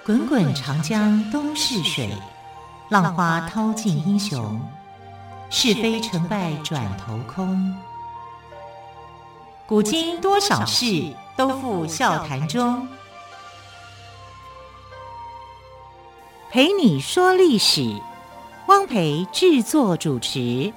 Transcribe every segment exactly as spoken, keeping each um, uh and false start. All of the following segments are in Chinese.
滚滚长江东逝水，浪花淘尽英雄。是非成败转头空。古今多少事，都付笑谈中。陪你说历史，汪培制作主持。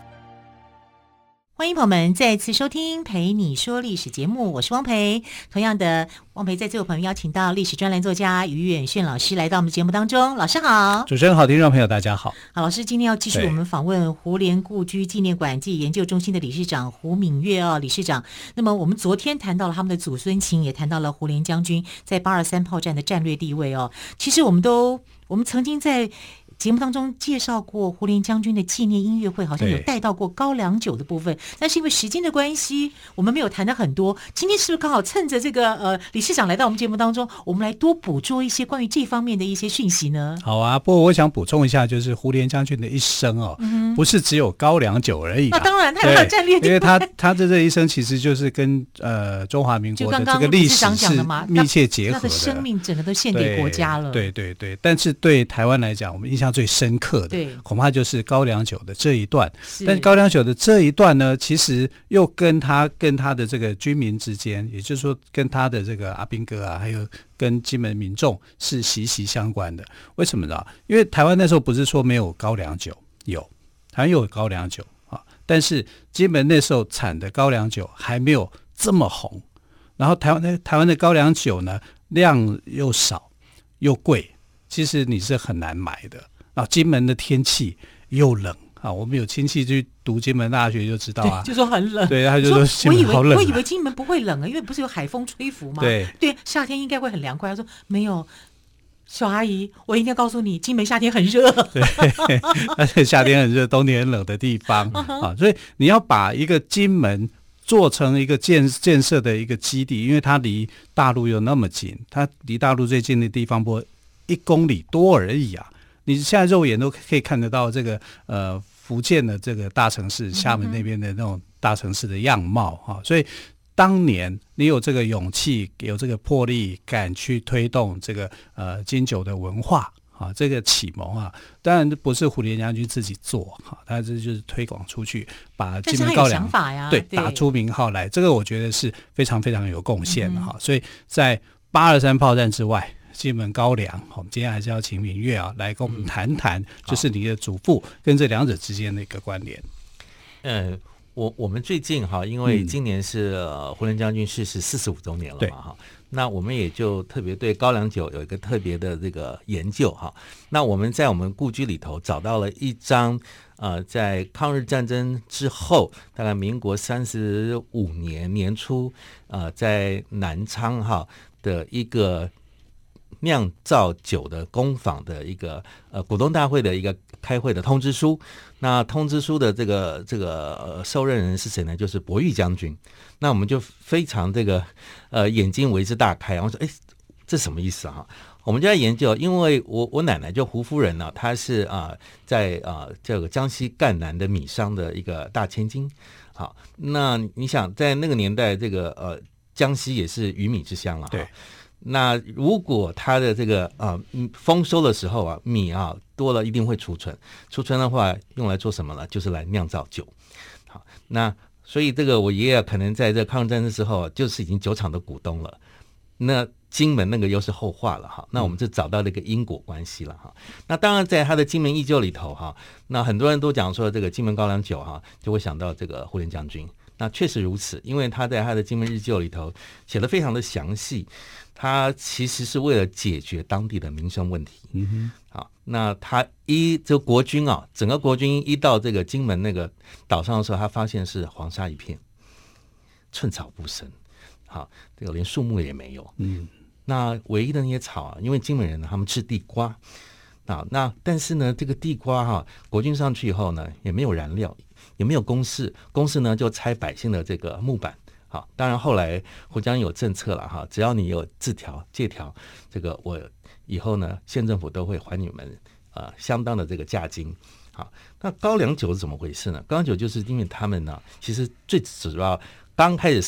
欢迎朋友们再次收听陪你说历史节目，我是汪培。同样的，汪培在最后朋友邀请到历史专栏作家于远炫老师来到我们节目当中。老师好。 主持人好，听众朋友大家好。 好，老师今天要继续我们访问胡琏故居纪念馆暨研究中心的理事长胡敏岳哦，理事长。那么我们昨天谈到了他们的祖孙情，也谈到了胡琏将军在八二三炮战的战略地位哦。其实我们都我们曾经在节目当中介绍过胡琏将军的纪念音乐会，好像有带到过高粱酒的部分，但是因为时间的关系，我们没有谈的很多。今天是不是刚好趁着这个呃理事长来到我们节目当中，我们来多捕捉一些关于这方面的一些讯息呢？好啊，不过我想补充一下，就是胡琏将军的一生哦，嗯、不是只有高粱酒而已、啊。 那、啊、当然，他有战略地位， 因为他他的这一生其实就是跟呃中华民国的这个历史是密切结合的， 他的生命整个都献给国家了。 对对 对, 对，但是对台湾来讲，我们印象最深刻的。对，恐怕就是高粱酒的这一段。但是高粱酒的这一段呢，其实又跟他跟他的这个军民之间，也就是说跟他的这个阿兵哥啊，还有跟金门民众是息息相关的。为什么呢？因为台湾那时候不是说没有高粱酒，有台湾有高粱酒啊，但是金门那时候产的高粱酒还没有这么红。然后台湾的台湾的高粱酒呢，量又少又贵，其实你是很难买的。然后金门的天气又冷啊，我们有亲戚去读金门大学就知道啊， 就说很冷。 对，他就说金门好冷、啊。 我以为我以为金门不会冷啊，因为不是有海风吹拂吗？ 对对，夏天应该会很凉快。他说没有，小阿姨，我一定要告诉你，金门夏天很热。 对，而且夏天很热，冬天很冷的地方、uh-huh. 啊，所以你要把一个金门做成一个建建设的一个基地，因为它离大陆又那么近，它离大陆最近的地方不一公里多而已啊。你现在肉眼都可以看得到这个呃福建的这个大城市，厦门那边的那种大城市的样貌哈、啊，所以当年你有这个勇气，有这个魄力，敢去推动这个呃金酒的文化啊，这个启蒙啊，当然不是胡琏将军自己做哈，他这就是推广出去，把金门高粱对打出名号来，这个我觉得是非常非常有贡献的哈、嗯。所以在八二三炮战之外。金门高粱，我们今天还是要请敏岳啊来跟我们谈谈，就是你的祖父跟这两者之间的一个关联。 呃，我我们最近哈，因为今年是、呃、胡琏将军逝世四十五周年了嘛哈，那我们也就特别对高粱酒有一个特别的这个研究哈。那我们在我们故居里头找到了一张呃，在抗日战争之后，大概民国三十五年年初，呃，在南昌哈的一个。酿造酒的工坊的一个呃股东大会的一个开会的通知书，那通知书的这个这个、呃、受任人是谁呢？就是伯玉将军。那我们就非常这个呃眼睛为之大开，然后说哎，这什么意思啊？我们就在研究，因为我我奶奶就胡夫人呢、啊，她是啊、呃、在啊、呃、这个江西赣南的米商的一个大千金。好，那你想在那个年代，这个呃江西也是鱼米之乡了。 对。 那如果它的这个啊丰收的时候啊，米啊多了一定会储存，储存的话用来做什么呢？就是来酿造酒。好，那所以这个我爷爷可能在这抗日战争之后就是已经酒厂的股东了。那金门那个又是后话了哈，那我们就找到了一个因果关系了哈。那当然在他的金门忆旧里头哈，那很多人都讲说这个金门高粱酒哈，就会想到这个胡琏将军。那确实如此，因为他在他的金门日旧里头写得非常的详细。他其实是为了解决当地的民生问题。嗯哼，好，那他一这国军啊，整个国军一到这个金门那个岛上的时候，他发现是黄沙一片，寸草不生，好，这个连树木也没有。嗯，那唯一的那些草啊，因为金门人呢，他们吃地瓜啊，那但是呢，这个地瓜哈、啊，国军上去以后呢，也没有燃料，也没有公事，公事呢就拆百姓的这个木板。好，当然后来胡将军有政策了哈，只要你有字条借条，这个我以后呢县政府都会还你们呃相当的这个价金。好，那高粱酒是怎么回事呢？高粱酒就是因为他们呢，其实最主要刚开始是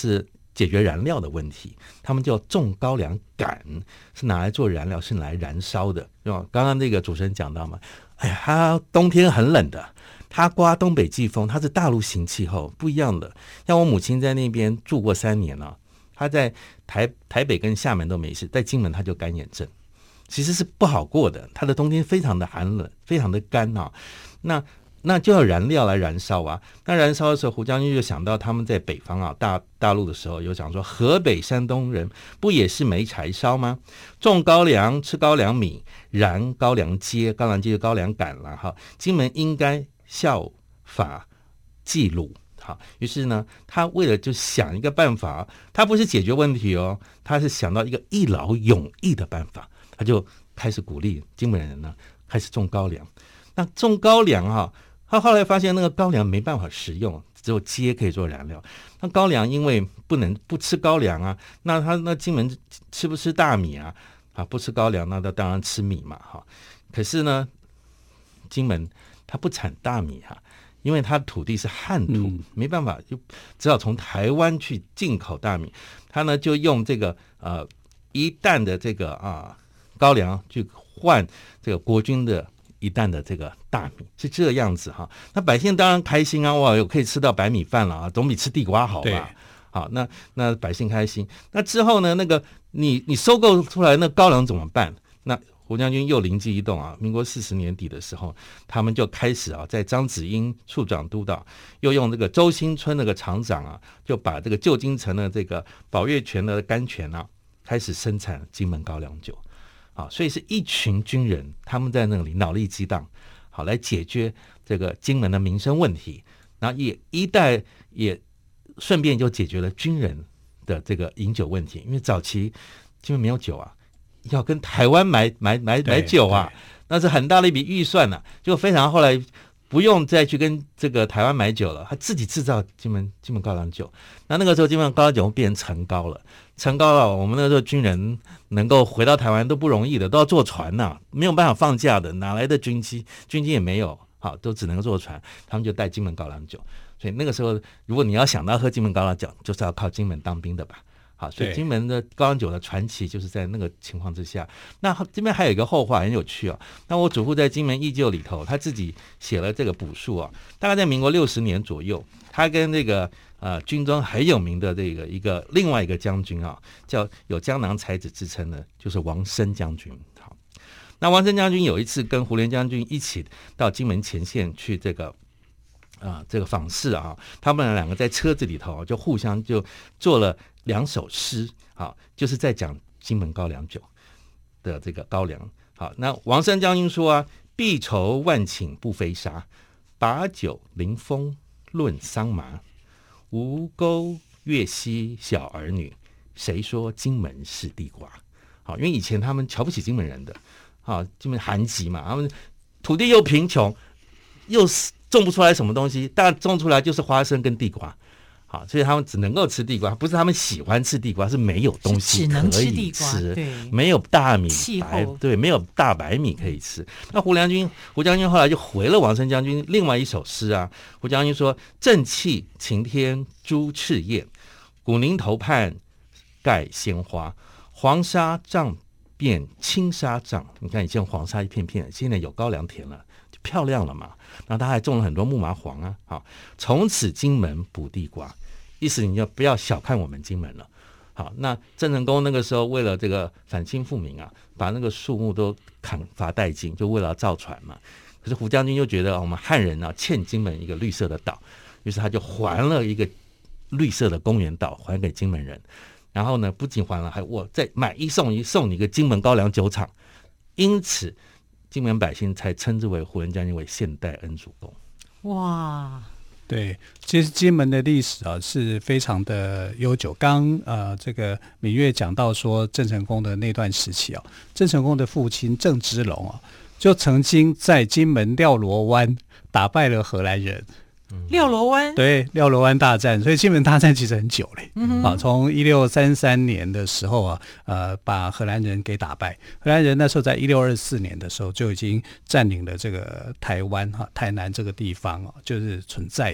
解决燃料的问题，他们叫种高粱秆，是拿来做燃料，是拿来燃烧的。刚刚那个主持人讲到嘛，哎呀，它冬天很冷的，它刮东北季风，它是大陆型气候，不一样的。像我母亲在那边住过三年啊，她在台台北跟厦门都没事，在金门她就干眼症，其实是不好过的。它的冬天非常的寒冷，非常的干啊，那。那就要燃料来燃烧啊！那燃烧的时候，胡将军就想到他们在北方啊，大大陆的时候有讲说，河北、山东人不也是没柴烧吗？种高粱，吃高粱米，燃高粱秸，高粱秸就高粱秆了哈。金门应该效法记录。好，于是呢，他为了就想一个办法，他不是解决问题哦，他是想到一个一劳永逸的办法，他就开始鼓励金门人呢开始种高粱。那种高粱哈、啊。他后来发现那个高粱没办法食用，只有秸可以做燃料。那高粱因为不能不吃高粱啊，那他那金门吃不吃大米啊？啊，不吃高粱，那他当然吃米嘛哈。可是呢，金门它不产大米哈、啊，因为它土地是旱土，嗯、没办法，就只好从台湾去进口大米。他呢就用这个呃一担的这个啊高粱去换这个国军的。一担的这个大米是这样子哈，那百姓当然开心啊，哇，有可以吃到白米饭了啊，总比吃地瓜好吧？好，那那百姓开心。那之后呢，那个你你收购出来那高粱怎么办？那胡将军又灵机一动啊，民国四十年底的时候，他们就开始啊，在张子英处长督导，又用这个周新村那个厂长啊，就把这个旧金城的这个宝月泉的甘泉啊，开始生产金门高粱酒。啊，所以是一群军人，他们在那里脑力激荡，好来解决这个金门的民生问题，然后也一代也顺便就解决了军人的这个饮酒问题，因为早期金门没有酒啊，要跟台湾买买买买酒啊，那是很大的一笔预算啊，就非常后来不用再去跟这个台湾买酒了，他自己制造金门金门高粱酒。那那个时候金门高粱酒变成陈高了，陈高了，我们那个时候军人能够回到台湾都不容易的，都要坐船呐、啊，没有办法放假的，哪来的军机？军机也没有，好，都只能够坐船，他们就带金门高粱酒。所以那个时候，如果你要想到喝金门高粱酒，就是要靠金门当兵的吧。好，所以金门的高粱酒的传奇就是在那个情况之下。那这边还有一个后话很有趣啊。那我祖父在金门义旧里头，他自己写了这个补述啊，大概在民国六十年左右，他跟那个呃军中很有名的这个一个另外一个将军啊，叫有江南才子之称的，就是王升将军。好，那王升将军有一次跟胡琏将军一起到金门前线去这个。啊，这个访视啊，他们两个在车子里头就互相就做了两首诗，好，就是在讲金门高粱酒的这个高粱。好，那王升将军说啊，必筹万顷不飞沙，把酒临风论桑麻，吴钩月溪小儿女，谁说金门是地瓜？好，因为以前他们瞧不起金门人的，好，金门寒疾嘛，他们土地又贫穷，又是。种不出来什么东西，但种出来就是花生跟地瓜，好，所以他们只能够吃地瓜，不是他们喜欢吃地瓜，是没有东西可以吃， 对， 没有大米白， 对，没有大白米可以吃。那胡良军胡将军后来就回了王升将军另外一首诗啊，胡将军说：正气晴天朱赤焰，古宁头畔盖鲜花，黄沙帐变青沙帐。你看以前黄沙一片片，现在有高粱田了，就漂亮了嘛。然后他还种了很多木麻黄啊，好，从此金门补地瓜，意思你就不要小看我们金门了。好，那郑成功那个时候为了这个反清复明啊，把那个树木都砍伐殆尽，就为了造船嘛。可是胡将军就觉得我们汉人啊欠金门一个绿色的岛，于是他就还了一个绿色的公园岛还给金门人。然后呢，不仅还了，还我再买一送一，送你一个金门高粱酒厂。因此金门百姓才称之为胡琏将军为现代恩主公。 哇， 对，其实金门的历史啊是非常的悠久。刚呃，这个芈月讲到说郑成功的那段时期啊，郑成功的父亲郑芝龙啊，就曾经在金门廖罗湾打败了荷兰人。 廖罗湾， 对，廖罗湾大战，所以金门大战其实很久嘞， 嗯、 啊，从一六三三年的时候啊，呃，把荷兰人给打败。荷兰人那时候在一六二四年的时候就已经占领了这个台湾哈、啊、台南这个地方啊，就是存在着。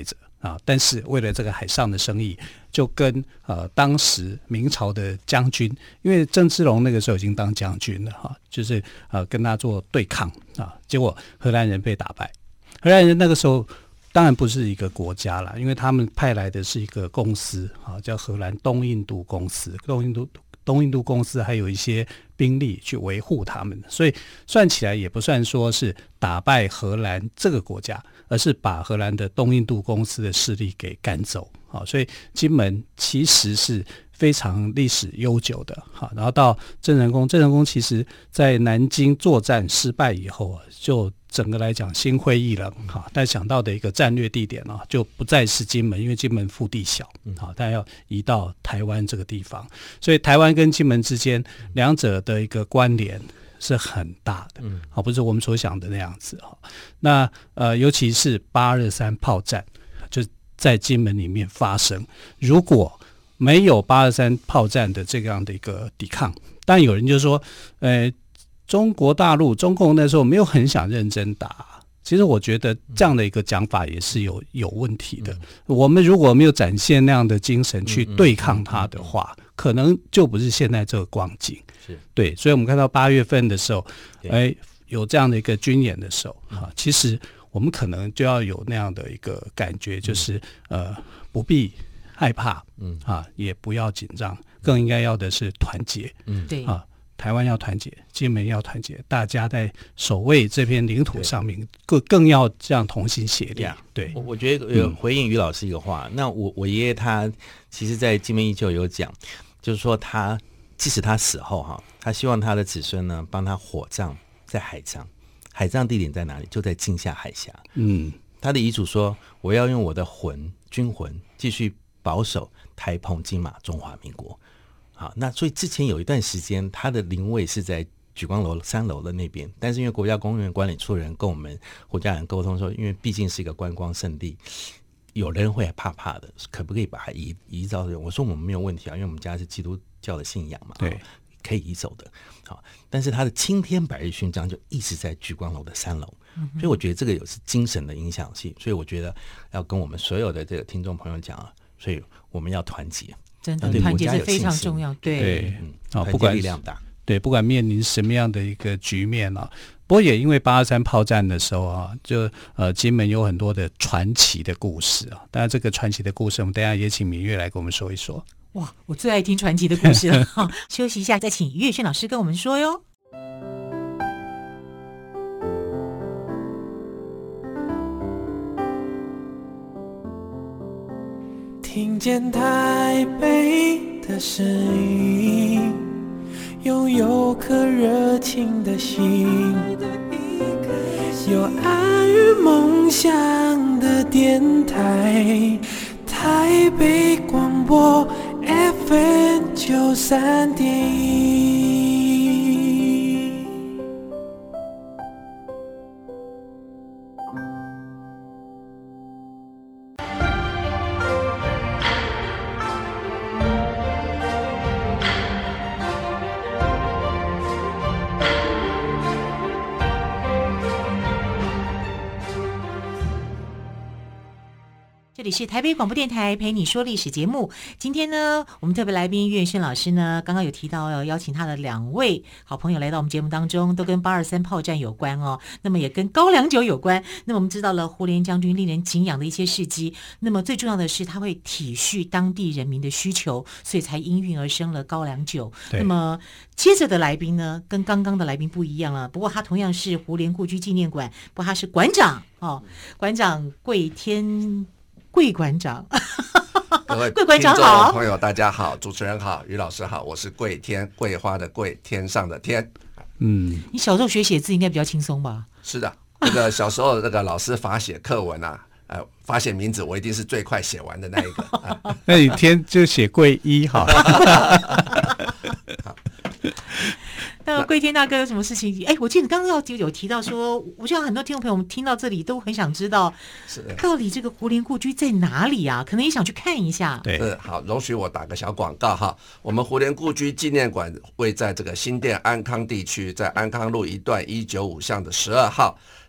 啊，但是为了这个海上的生意，就跟呃当时明朝的将军，因为郑芝龙那个时候已经当将军了哈、啊，就是呃跟他做对抗啊，结果荷兰人被打败。荷兰人那个时候当然不是一个国家啦，因为他们派来的是一个公司啊，叫荷兰东印度公司，东印度东印度公司还有一些兵力去维护他们，所以算起来也不算说是打败荷兰这个国家，而是把荷兰的东印度公司的势力给赶走。好，所以金门其实是非常历史悠久的。好，然后到郑成功，郑成功其实在南京作战失败以后啊，就整个来讲心灰意冷哈，但想到的一个战略地点啊，就不再是金门，因为金门腹地小，好，但要移到台湾这个地方，所以台湾跟金门之间两者的一个关联是很大的，好，不是我们所想的那样子哈。那呃，尤其是八二三炮战就在金门里面发生，如果没有八二三炮战的这样的一个抵抗，但有人就说，呃。中国大陆中共那时候没有很想认真打，其实我觉得这样的一个讲法也是有有问题的。我们如果没有展现那样的精神去对抗它的话，可能就不是现在这个光景。是对，所以我们看到八月份的时候，哎，有这样的一个军演的时候，啊，其实我们可能就要有那样的一个感觉，就是呃，不必害怕，嗯啊，也不要紧张，更应该要的是团结，嗯，对啊。台湾要团结，金门要团结，大家在守卫这片领土上面更更要这样同心协力。对， 我我觉得有回应于老师一个话，嗯、那我我爷爷他其实在金门依旧有讲，就是说他即使他死后哈，他希望他的子孙呢帮他火葬在海上，海葬地点在哪里？就在金厦海峡。嗯，他的遗嘱说，我要用我的魂军魂继续保守台澎金马中华民国。好，那所以之前有一段时间，他的灵位是在莒光楼三楼的那边，但是因为国家公园管理处人跟我们胡家人沟通说，因为毕竟是一个观光胜地，有人会怕怕的，可不可以把它移移到？我说我们没有问题啊，因为我们家是基督教的信仰嘛，对，可以移走的。好，但是他的青天白日勋章就一直在莒光楼的三楼，嗯、所以我觉得这个有是精神的影响性，所以我觉得要跟我们所有的这个听众朋友讲啊，所以我们要团结。 真的，团结是非常重要。对对， 啊、嗯，不管力量大， 对，不管面临什么样的一个局面啊，不过也因为八二三炮战的时候啊，就呃金门有很多的传奇的故事啊。当然，这个传奇的故事，我们等一下也请明月来跟我们说一说。 哇，我最爱听传奇的故事了。休息一下，再请岳轩老师跟我们说哟。 听见台北的声音，拥有颗热情的心，有爱与梦想的电台，台北广播 F M 九三点一。 这里是台北广播电台陪你说历史节目。今天呢，我们特别来宾岳轩老师呢，刚刚有提到要邀请他的两位好朋友来到我们节目当中，都跟八二三炮战有关哦，那么也跟高粱酒有关。那么我们知道了胡琏将军令人敬仰的一些事迹，那么最重要的是他会体恤当地人民的需求，所以才应运而生了高粱酒。那么接着的来宾呢，跟刚刚的来宾不一样了，不过他同样是胡琏故居纪念馆，不过他是馆长哦，馆长桂天。桂馆长， 各位听众朋友大家好，主持人好，于老师好，我是桂天，桂花的桂，天上的天。 嗯，你小时候学写字应该比较轻松吧？ 是的，那个小时候那个老师罚写课文啊，呃，罚写名字，我一定是最快写完的那一个。啊、 那你天就写桂一好。 那桂天大哥有什么事情？哎，我记得刚刚有有提到说，我想很多听众朋友们听到这里都很想知道，到底这个胡琏故居在哪里啊？可能也想去看一下。 对，是好，容许我打个小广告哈。我们胡琏故居纪念馆位在这个新店安康地区，在安康路一段一九五巷的十二号。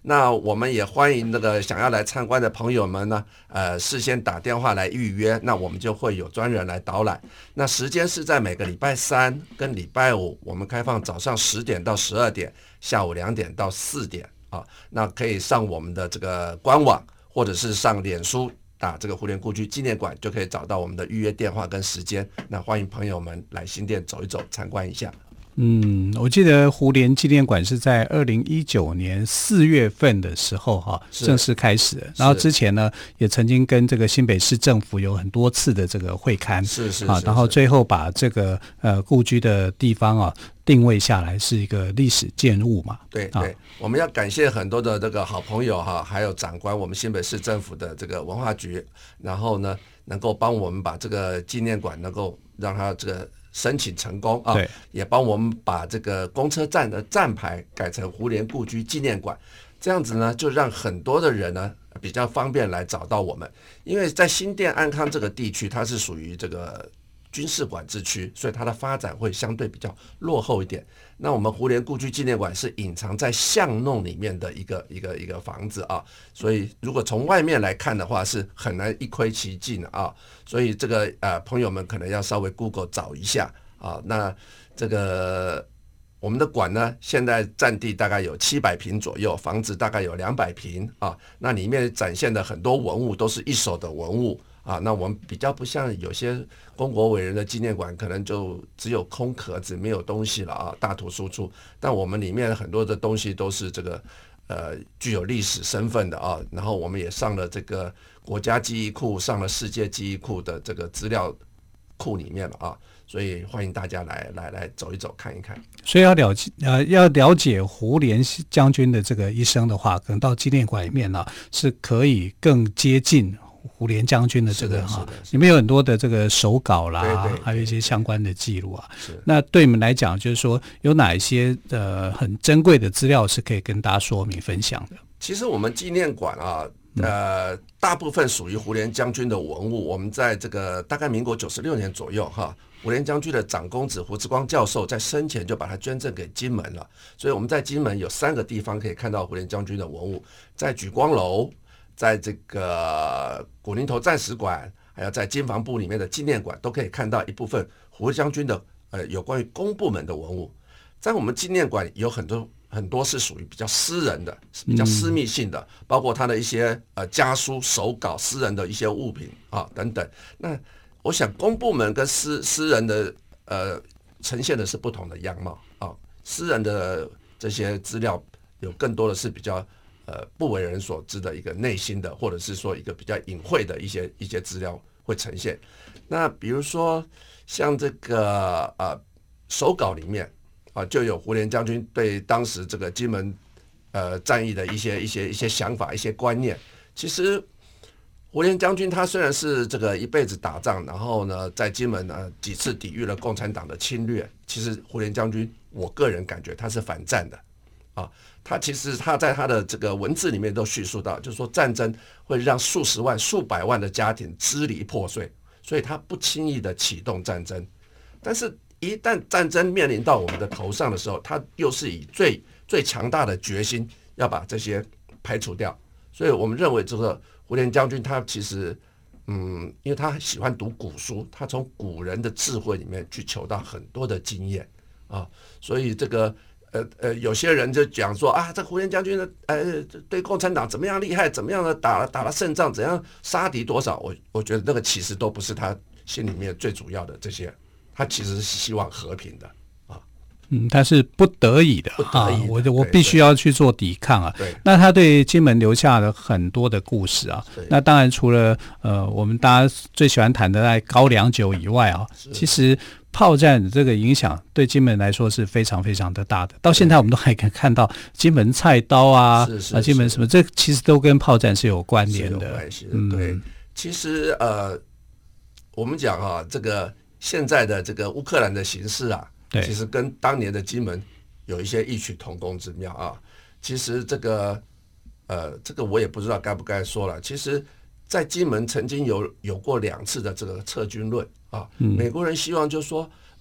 那我们也欢迎那个想要来参观的朋友们呢，呃，事先打电话来预约，那我们就会有专人来导览。那时间是在每个礼拜三跟礼拜五，我们开放早上十点到十二点，下午两点到四点啊。那可以上我们的这个官网，或者是上脸书打这个胡琏故居纪念馆，就可以找到我们的预约电话跟时间。那欢迎朋友们来新店走一走，参观一下。 嗯，我记得胡琏纪念馆是在二零一九年四月份的时候哈、啊、正式开始的，然后之前呢也曾经跟这个新北市政府有很多次的这个会勘， 是是啊，然后最后把这个呃故居的地方啊定位下来是一个历史建物嘛。 对对、啊，我们要感谢很多的这个好朋友哈，还有长官，我们新北市政府的这个文化局，然后呢能够帮我们把这个纪念馆能够让它这个申请成功啊，也帮我们把这个公车站的站牌改成胡琏故居纪念馆，这样子呢就让很多的人呢比较方便来找到我们。因为在新店安康这个地区，它是属于这个军事管制区，所以它的发展会相对比较落后一点。那我们胡琏故居纪念馆是隐藏在巷弄里面的一个一个一个房子啊，所以如果从外面来看的话，是很难一窥其境啊。所以这个呃朋友们可能要稍微 Google 找一下啊。那这个我们的馆呢，现在占地大概有七百坪左右，房子大概有两百坪啊。那里面展现的很多文物都是一手的文物。啊，那我们比较不像有些公国伟人的纪念馆，可能就只有空壳子没有东西了啊，大图输出。但我们里面很多的东西都是这个呃具有历史身份的啊，然后我们也上了这个国家记忆库，上了世界记忆库的这个资料库里面了啊，所以欢迎大家来来来走一走看一看。 所以要了解呃要了解胡琏将军的这个一生的话，可能到纪念馆里面呢、啊、是可以更接近胡琏将军的这个哈，里面有很多的这个手稿啦，对对对，还有一些相关的记录啊。那对你们来讲，就是说有哪一些呃很珍贵的资料是可以跟大家说明分享的？ 其实我们纪念馆啊，呃，大部分属于胡琏将军的文物，我们在这个大概民国九十六年左右哈，胡琏将军的长公子胡志光教授在生前就把它捐赠给金门了，所以我们在金门有三个地方可以看到胡琏将军的文物，在举光楼，在这个古宁头战史馆，还有在金防部里面的纪念馆，都可以看到一部分胡将军的呃有关于公部门的文物。在我们纪念馆有很多很多是属于比较私人的、比较私密性的，嗯、包括他的一些呃家书、手稿、私人的一些物品啊等等。那我想公部门跟私私人的呃呈现的是不同的样貌啊。私人的这些资料有更多的是比较。呃，不为人所知的一个内心的，或者是说一个比较隐晦的一些一些资料会呈现。那比如说像这个呃手稿里面啊、呃，就有胡琏将军对当时这个金门呃战役的一些一些一些想法、一些观念。其实胡琏将军他虽然是这个一辈子打仗，然后呢在金门呢几次抵御了共产党的侵略，其实胡琏将军我个人感觉他是反战的啊。他其实他在他的这个文字里面都叙述到，就是说战争会让数十万、数百万的家庭支离破碎，所以他不轻易的启动战争。但是，一旦战争面临到我们的头上的时候，他又是以最最强大的决心要把这些排除掉。所以我们认为这个胡琏将军他其实，嗯，因为他喜欢读古书，他从古人的智慧里面去求到很多的经验啊，所以这个。呃呃，有些人就讲说啊，这胡琏将军呢，呃，对共产党怎么样厉害，怎么样的打了打了胜仗，怎样杀敌多少？我我觉得那个其实都不是他心里面最主要的这些，他其实是希望和平的啊。 嗯，他是不得已的， 不得已的啊，我我必须要去做抵抗啊。 对， 那他对金门留下了很多的故事啊。那当然除了呃我们大家最喜欢谈的在高粱酒以外啊，其实。炮战的这个影响对金门来说是非常非常的大的，到现在我们都还可以看到金门菜刀啊， 是是啊金门什么，这其实都跟炮战是有关联的。 是有关系的，嗯、对。其实呃，我们讲啊，这个现在的这个乌克兰的形势啊，其实跟当年的金门有一些异曲同工之妙啊。其实这个呃，这个我也不知道该不该说了。其实，在金门曾经有有过两次的这个撤军论。啊，美国人希望就是说，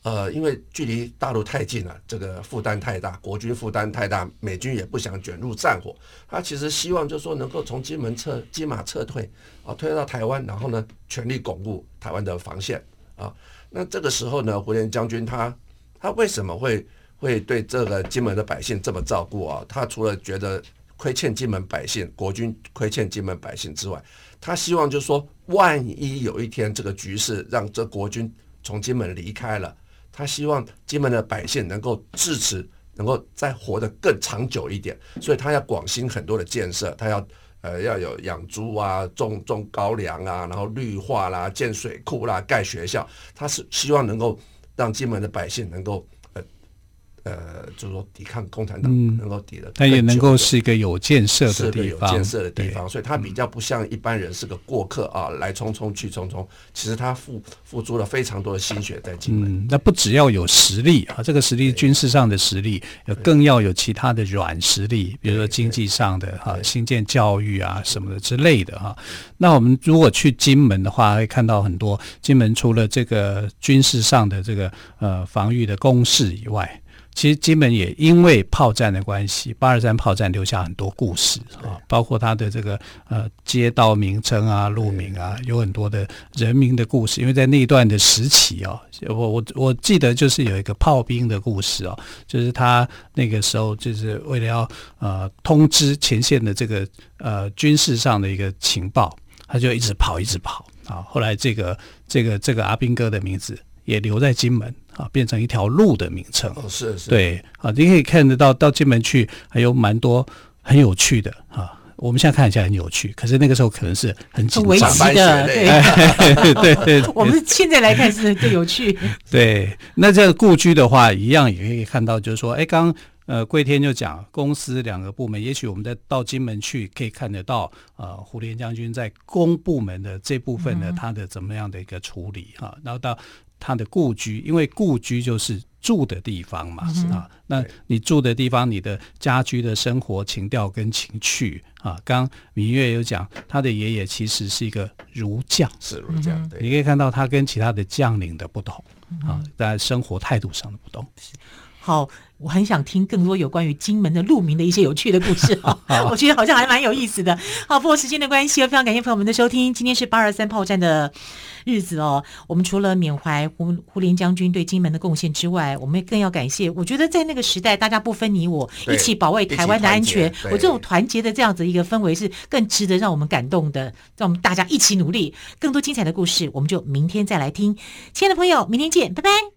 呃，因为距离大陆太近了，这个负担太大，国军负担太大，美军也不想卷入战火，他其实希望就是说能够从金门撤金马撤退啊，退到台湾，然后呢全力巩固台湾的防线啊。那这个时候呢，胡琏将军他他为什么会会对这个金门的百姓这么照顾啊？他除了觉得亏欠金门百姓，国军亏欠金门百姓之外，他希望就是说，万一有一天这个局势让这国军从金门离开了，他希望金门的百姓能够支持，能够再活得更长久一点，所以他要广兴很多的建设，他要呃要有养猪啊，种种高粱啊，然后绿化啦，建水库啦，盖学校，他是希望能够让金门的百姓能够呃呃，就是说抵抗共产党，嗯、能够抵得， 但也能够是一个有建设的地方， 有建设的地方，所以他比较不像一般人是个过客啊，来匆匆去匆匆。其实他付付出了非常多的心血在金门。 嗯，那不只要有实力啊，这个实力军事上的实力，更要有其他的软实力，比如说经济上的哈，新建教育啊什么的之类的哈。那我们如果去金门的话，会看到很多金门除了这个军事上的这个呃防御的工事以外。其实金门也因为炮战的关系，八二三炮战留下很多故事啊，包括它的这个呃街道名称啊、路名啊，有很多的人民的故事。因为在那一段的时期哦，我我我记得就是有一个炮兵的故事哦，就是他那个时候就是为了要呃通知前线的这个呃军事上的一个情报，他就一直跑一直跑啊。后来这个这个这个阿兵哥的名字也留在金门。啊，变成一条路的名称。 哦，是是， 对啊，你可以看得到，到金门去还有蛮多很有趣的啊。我们现在看起来很有趣，可是那个时候可能是很紧张的， 对对对。 我们现在来看是更有趣。 对，那这个故居的话，一样也可以看到，就是说，哎，刚刚呃桂天就讲公司两个部门，也许我们在到金门去可以看得到，呃，胡琏将军在公部门的这部分呢，他的怎么样的一个处理哈、啊，然后到。他的故居，因为故居就是住的地方嘛，嗯、啊，那你住的地方，你的家居的生活情调跟情趣啊，刚芈月有讲，他的爷爷其实是一个儒将， 是儒将，对， 你可以看到他跟其他的将领的不同、嗯、啊，在生活态度上的不同。 好，我很想听更多有关于金门的路名的一些有趣的故事哦，我觉得好像还蛮有意思的。好，不过时间的关系，非常感谢朋友们的收听。今天是八二三炮战的日子哦，我们除了缅怀胡胡琏将军对金门的贡献之外，我们更要感谢，我觉得在那个时代，大家不分你我，一起保卫台湾的安全，我这种团结的这样子一个氛围是更值得让我们感动的，让我们大家一起努力。更多精彩的故事，我们就明天再来听。亲爱的朋友，明天见，拜拜。